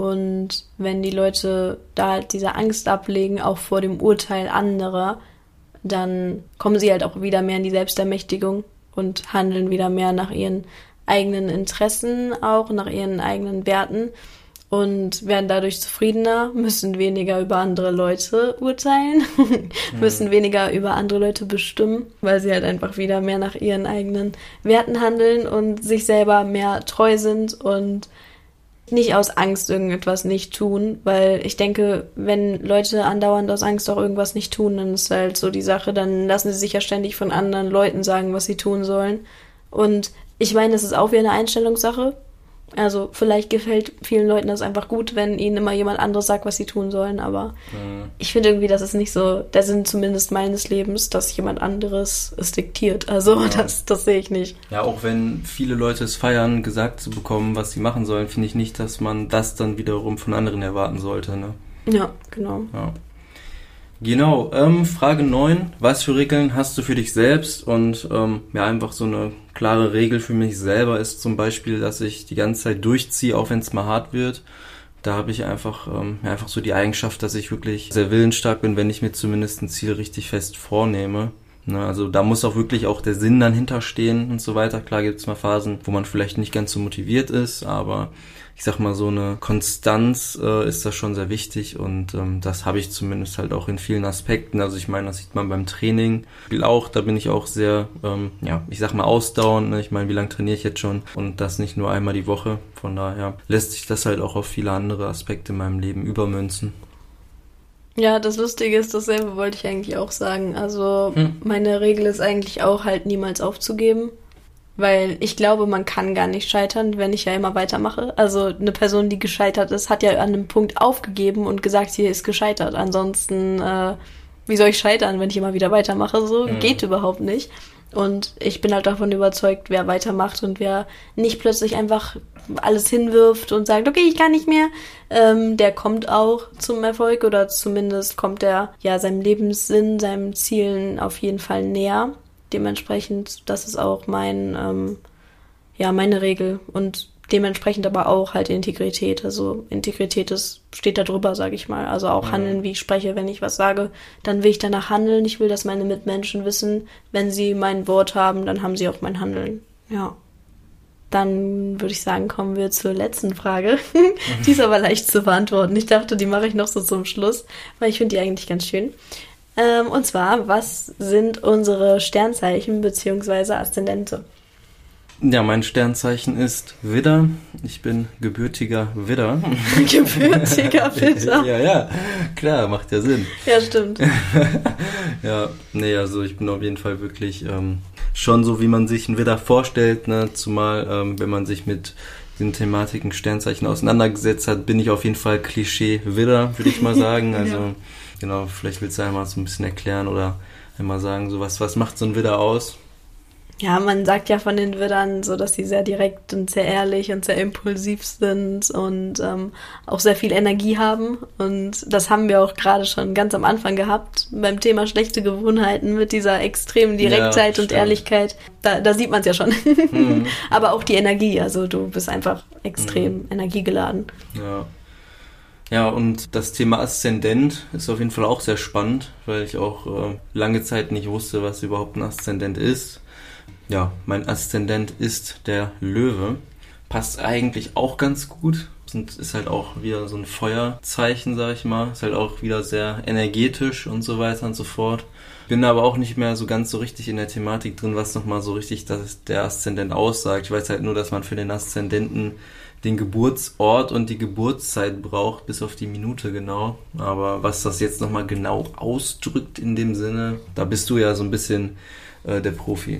Und wenn die Leute da halt diese Angst ablegen, auch vor dem Urteil anderer, dann kommen sie halt auch wieder mehr in die Selbstermächtigung und handeln wieder mehr nach ihren eigenen Interessen, auch nach ihren eigenen Werten. Und werden dadurch zufriedener, müssen weniger über andere Leute urteilen, müssen weniger über andere Leute bestimmen, weil sie halt einfach wieder mehr nach ihren eigenen Werten handeln und sich selber mehr treu sind und nicht aus Angst irgendetwas nicht tun, weil ich denke, wenn Leute andauernd aus Angst auch irgendwas nicht tun, dann ist halt so die Sache, dann lassen sie sich ja ständig von anderen Leuten sagen, was sie tun sollen. Und ich meine, es ist auch wieder eine Einstellungssache. Also vielleicht gefällt vielen Leuten das einfach gut, wenn ihnen immer jemand anderes sagt, was sie tun sollen, aber mhm. ich finde irgendwie, das ist nicht so der Sinn zumindest meines Lebens, dass jemand anderes es diktiert. Also ja. das, das sehe ich nicht. Ja, auch wenn viele Leute es feiern, gesagt zu bekommen, was sie machen sollen, finde ich nicht, dass man das dann wiederum von anderen erwarten sollte. Ne? Ja, genau. Ja. Genau, ähm, Frage neun. Was für Regeln hast du für dich selbst? Und ähm, ja, einfach so eine klare Regel für mich selber ist zum Beispiel, dass ich die ganze Zeit durchziehe, auch wenn es mal hart wird. Da habe ich einfach ähm, ja, einfach so die Eigenschaft, dass ich wirklich sehr willensstark bin, wenn ich mir zumindest ein Ziel richtig fest vornehme. Ne, also da muss auch wirklich auch der Sinn dann hinterstehen und so weiter. Klar gibt es mal Phasen, wo man vielleicht nicht ganz so motiviert ist, aber ich sag mal, so eine Konstanz äh, ist da schon sehr wichtig und ähm, das habe ich zumindest halt auch in vielen Aspekten. Also ich meine, das sieht man beim Training auch, da bin ich auch sehr, ähm, ja, ich sag mal ausdauernd. Ne? Ich meine, wie lange trainiere ich jetzt schon und das nicht nur einmal die Woche. Von daher lässt sich das halt auch auf viele andere Aspekte in meinem Leben übermünzen. Ja, das Lustige ist, dasselbe wollte ich eigentlich auch sagen. Also hm. meine Regel ist eigentlich auch halt niemals aufzugeben. Weil ich glaube, man kann gar nicht scheitern, wenn ich ja immer weitermache. Also eine Person, die gescheitert ist, hat ja an einem Punkt aufgegeben und gesagt, hier ist gescheitert. Ansonsten, äh, wie soll ich scheitern, wenn ich immer wieder weitermache? So mhm. geht überhaupt nicht. Und ich bin halt davon überzeugt, wer weitermacht und wer nicht plötzlich einfach alles hinwirft und sagt, okay, ich kann nicht mehr, ähm, der kommt auch zum Erfolg oder zumindest kommt er ja seinem Lebenssinn, seinen Zielen auf jeden Fall näher. Dementsprechend, das ist auch mein, ähm, ja, meine Regel und dementsprechend aber auch halt Integrität. Also Integrität ist, steht da drüber, sage ich mal. Also auch ja. handeln, wie ich spreche. Wenn ich was sage, dann will ich danach handeln. Ich will, dass meine Mitmenschen wissen, wenn sie mein Wort haben, dann haben sie auch mein Handeln. Ja. Dann würde ich sagen, kommen wir zur letzten Frage. Die ist aber leicht zu beantworten. Ich dachte, die mache ich noch so zum Schluss, weil ich finde die eigentlich ganz schön. Ähm, und zwar, was sind unsere Sternzeichen bzw. Aszendente? Ja, mein Sternzeichen ist Widder. Ich bin gebürtiger Widder. Gebürtiger Widder? Ja, ja, klar, macht ja Sinn. Ja, stimmt. Ja, nee, also ich bin auf jeden Fall wirklich ähm, schon so, wie man sich einen Widder vorstellt, ne? Zumal, ähm, wenn man sich mit den Thematiken Sternzeichen auseinandergesetzt hat, bin ich auf jeden Fall Klischee Widder, würde ich mal sagen. Also ja. Genau, vielleicht willst du einmal so ein bisschen erklären oder einmal sagen, so was, was macht so ein Widder aus? Ja, man sagt ja von den Widdern so, dass sie sehr direkt und sehr ehrlich und sehr impulsiv sind und ähm, auch sehr viel Energie haben. Und das haben wir auch gerade schon ganz am Anfang gehabt beim Thema schlechte Gewohnheiten mit dieser extremen Direktheit ja, und Ehrlichkeit. Da, da sieht man es ja schon. Mhm. Aber auch die Energie, also du bist einfach extrem mhm. energiegeladen. Ja. Ja, und das Thema Aszendent ist auf jeden Fall auch sehr spannend, weil ich auch äh, lange Zeit nicht wusste, was überhaupt ein Aszendent ist. Ja, mein Aszendent ist der Löwe. passt eigentlich auch ganz gut. Und ist halt auch wieder so ein Feuerzeichen, sag ich mal. Ist halt auch wieder sehr energetisch und so weiter und so fort. Bin aber auch nicht mehr so ganz so richtig in der Thematik drin, was nochmal so richtig das der Aszendent aussagt. Ich weiß halt nur, dass man für den Aszendenten den Geburtsort und die Geburtszeit braucht, bis auf die Minute genau. Aber was das jetzt nochmal genau ausdrückt in dem Sinne, da bist du ja so ein bisschen äh, der Profi.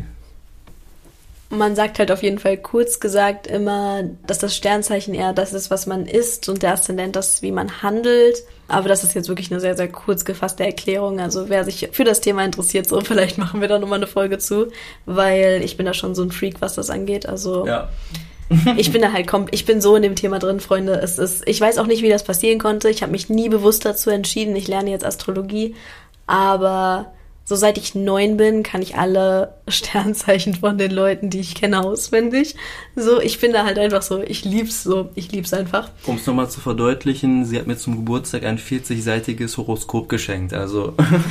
Man sagt halt auf jeden Fall kurz gesagt immer, dass das Sternzeichen eher das ist, was man ist und der Aszendent das, wie man handelt. Aber das ist jetzt wirklich eine sehr, sehr kurz gefasste Erklärung. Also wer sich für das Thema interessiert, so vielleicht machen wir da nochmal eine Folge zu, weil ich bin da schon so ein Freak, was das angeht. Also ja. ich bin da halt, ich bin so in dem Thema drin, Freunde. Es ist, ich weiß auch nicht, wie das passieren konnte. Ich habe mich nie bewusst dazu entschieden. Ich lerne jetzt Astrologie, aber so seit ich neun bin, kann ich alle Sternzeichen von den Leuten, die ich kenne, auswendig. So, ich bin da halt einfach so, ich lieb's so, ich lieb's einfach. Um es nochmal zu verdeutlichen, sie hat mir zum Geburtstag ein vierzigseitiges Horoskop geschenkt, also.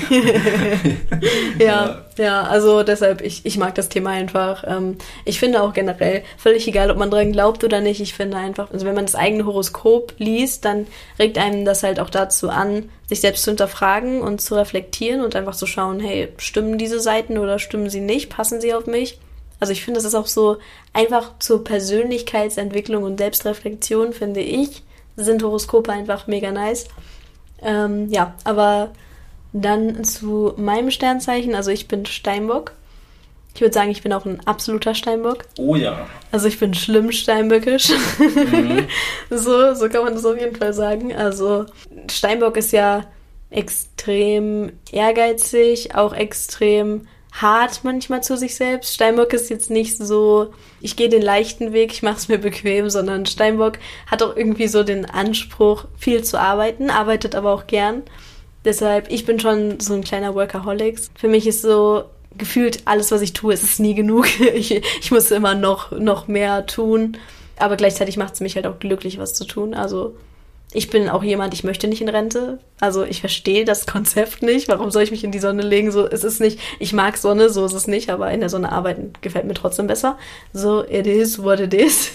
ja, ja, ja, also deshalb, ich, ich mag das Thema einfach. Ähm, ich finde auch generell, völlig egal, ob man dran glaubt oder nicht, ich finde einfach, also wenn man das eigene Horoskop liest, dann regt einem das halt auch dazu an, sich selbst zu hinterfragen und zu reflektieren und einfach zu schauen, hey, stimmen diese Seiten oder stimmen sie nicht? Passen sie auf mich? Also ich finde, das ist auch so einfach zur Persönlichkeitsentwicklung und Selbstreflexion, finde ich, sind Horoskope einfach mega nice. Ähm, ja, aber dann zu meinem Sternzeichen, also ich bin Steinbock. Ich würde sagen, ich bin auch ein absoluter Steinbock. Oh ja. Also ich bin schlimm steinböckisch. Mhm. so, so kann man das auf jeden Fall sagen. Also Steinbock ist ja extrem ehrgeizig, auch extrem hart manchmal zu sich selbst. Steinbock ist jetzt nicht so, ich gehe den leichten Weg, ich mache es mir bequem, sondern Steinbock hat auch irgendwie so den Anspruch, viel zu arbeiten, arbeitet aber auch gern. Deshalb, ich bin schon so ein kleiner Workaholic. Für mich ist so gefühlt alles, was ich tue, es ist nie genug. Ich, ich muss immer noch, noch mehr tun. Aber gleichzeitig macht es mich halt auch glücklich, was zu tun. Also ich bin auch jemand, ich möchte nicht in Rente. Also ich verstehe das Konzept nicht. Warum soll ich mich in die Sonne legen? So, es ist nicht, ich mag Sonne, so ist es nicht, aber in der Sonne arbeiten gefällt mir trotzdem besser. So, it is what it is.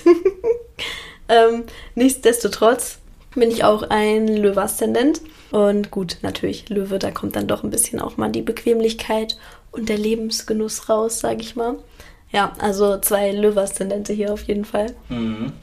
ähm, nichtsdestotrotz bin ich auch ein Löwe-Aszendent. Und gut, natürlich, Löwe, da kommt dann doch ein bisschen auch mal die Bequemlichkeit und der Lebensgenuss raus, sag ich mal. Ja, also zwei Löwe-Aszendente hier auf jeden Fall. Mhm.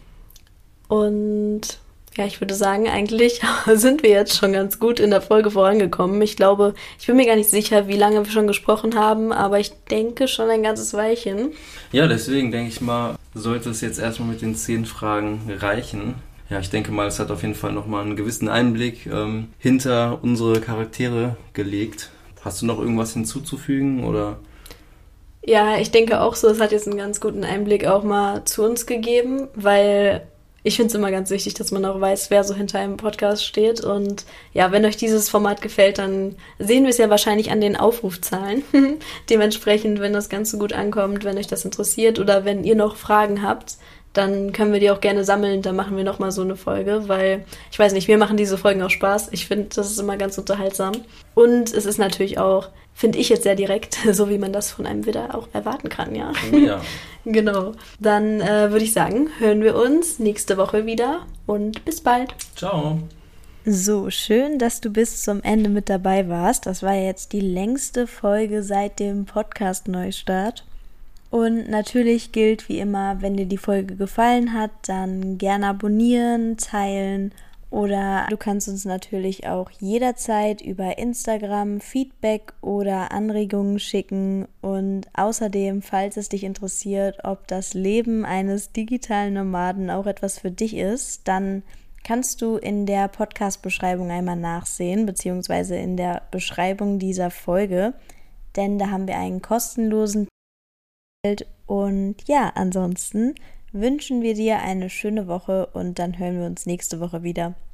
Und ja, ich würde sagen, eigentlich sind wir jetzt schon ganz gut in der Folge vorangekommen. Ich glaube, ich bin mir gar nicht sicher, wie lange wir schon gesprochen haben, aber ich denke schon ein ganzes Weilchen. Ja, deswegen denke ich mal, sollte es jetzt erstmal mit den zehn Fragen reichen. Ja, ich denke mal, es hat auf jeden Fall nochmal einen gewissen Einblick ähm, hinter unsere Charaktere gelegt. Hast du noch irgendwas hinzuzufügen, oder? Ja, ich denke auch so, es hat jetzt einen ganz guten Einblick auch mal zu uns gegeben, weil ich finde es immer ganz wichtig, dass man auch weiß, wer so hinter einem Podcast steht. Und ja, wenn euch dieses Format gefällt, dann sehen wir es ja wahrscheinlich an den Aufrufzahlen. Dementsprechend, wenn das Ganze gut ankommt, wenn euch das interessiert oder wenn ihr noch Fragen habt, dann können wir die auch gerne sammeln, dann machen wir nochmal so eine Folge, weil, ich weiß nicht, mir machen diese Folgen auch Spaß. Ich finde, das ist immer ganz unterhaltsam. Und es ist natürlich auch, finde ich jetzt sehr direkt, so wie man das von einem Widder auch erwarten kann, ja. Oh ja. Genau. Dann äh, würde ich sagen, hören wir uns nächste Woche wieder und bis bald. Ciao. So, schön, dass du bis zum Ende mit dabei warst. Das war jetzt die längste Folge seit dem Podcast-Neustart. Und natürlich gilt wie immer, wenn dir die Folge gefallen hat, dann gerne abonnieren, teilen oder du kannst uns natürlich auch jederzeit über Instagram Feedback oder Anregungen schicken. Und außerdem, falls es dich interessiert, ob das Leben eines digitalen Nomaden auch etwas für dich ist, dann kannst du in der Podcast-Beschreibung einmal nachsehen, beziehungsweise in der Beschreibung dieser Folge, denn da haben wir einen kostenlosen und ja, ansonsten wünschen wir dir eine schöne Woche und dann hören wir uns nächste Woche wieder.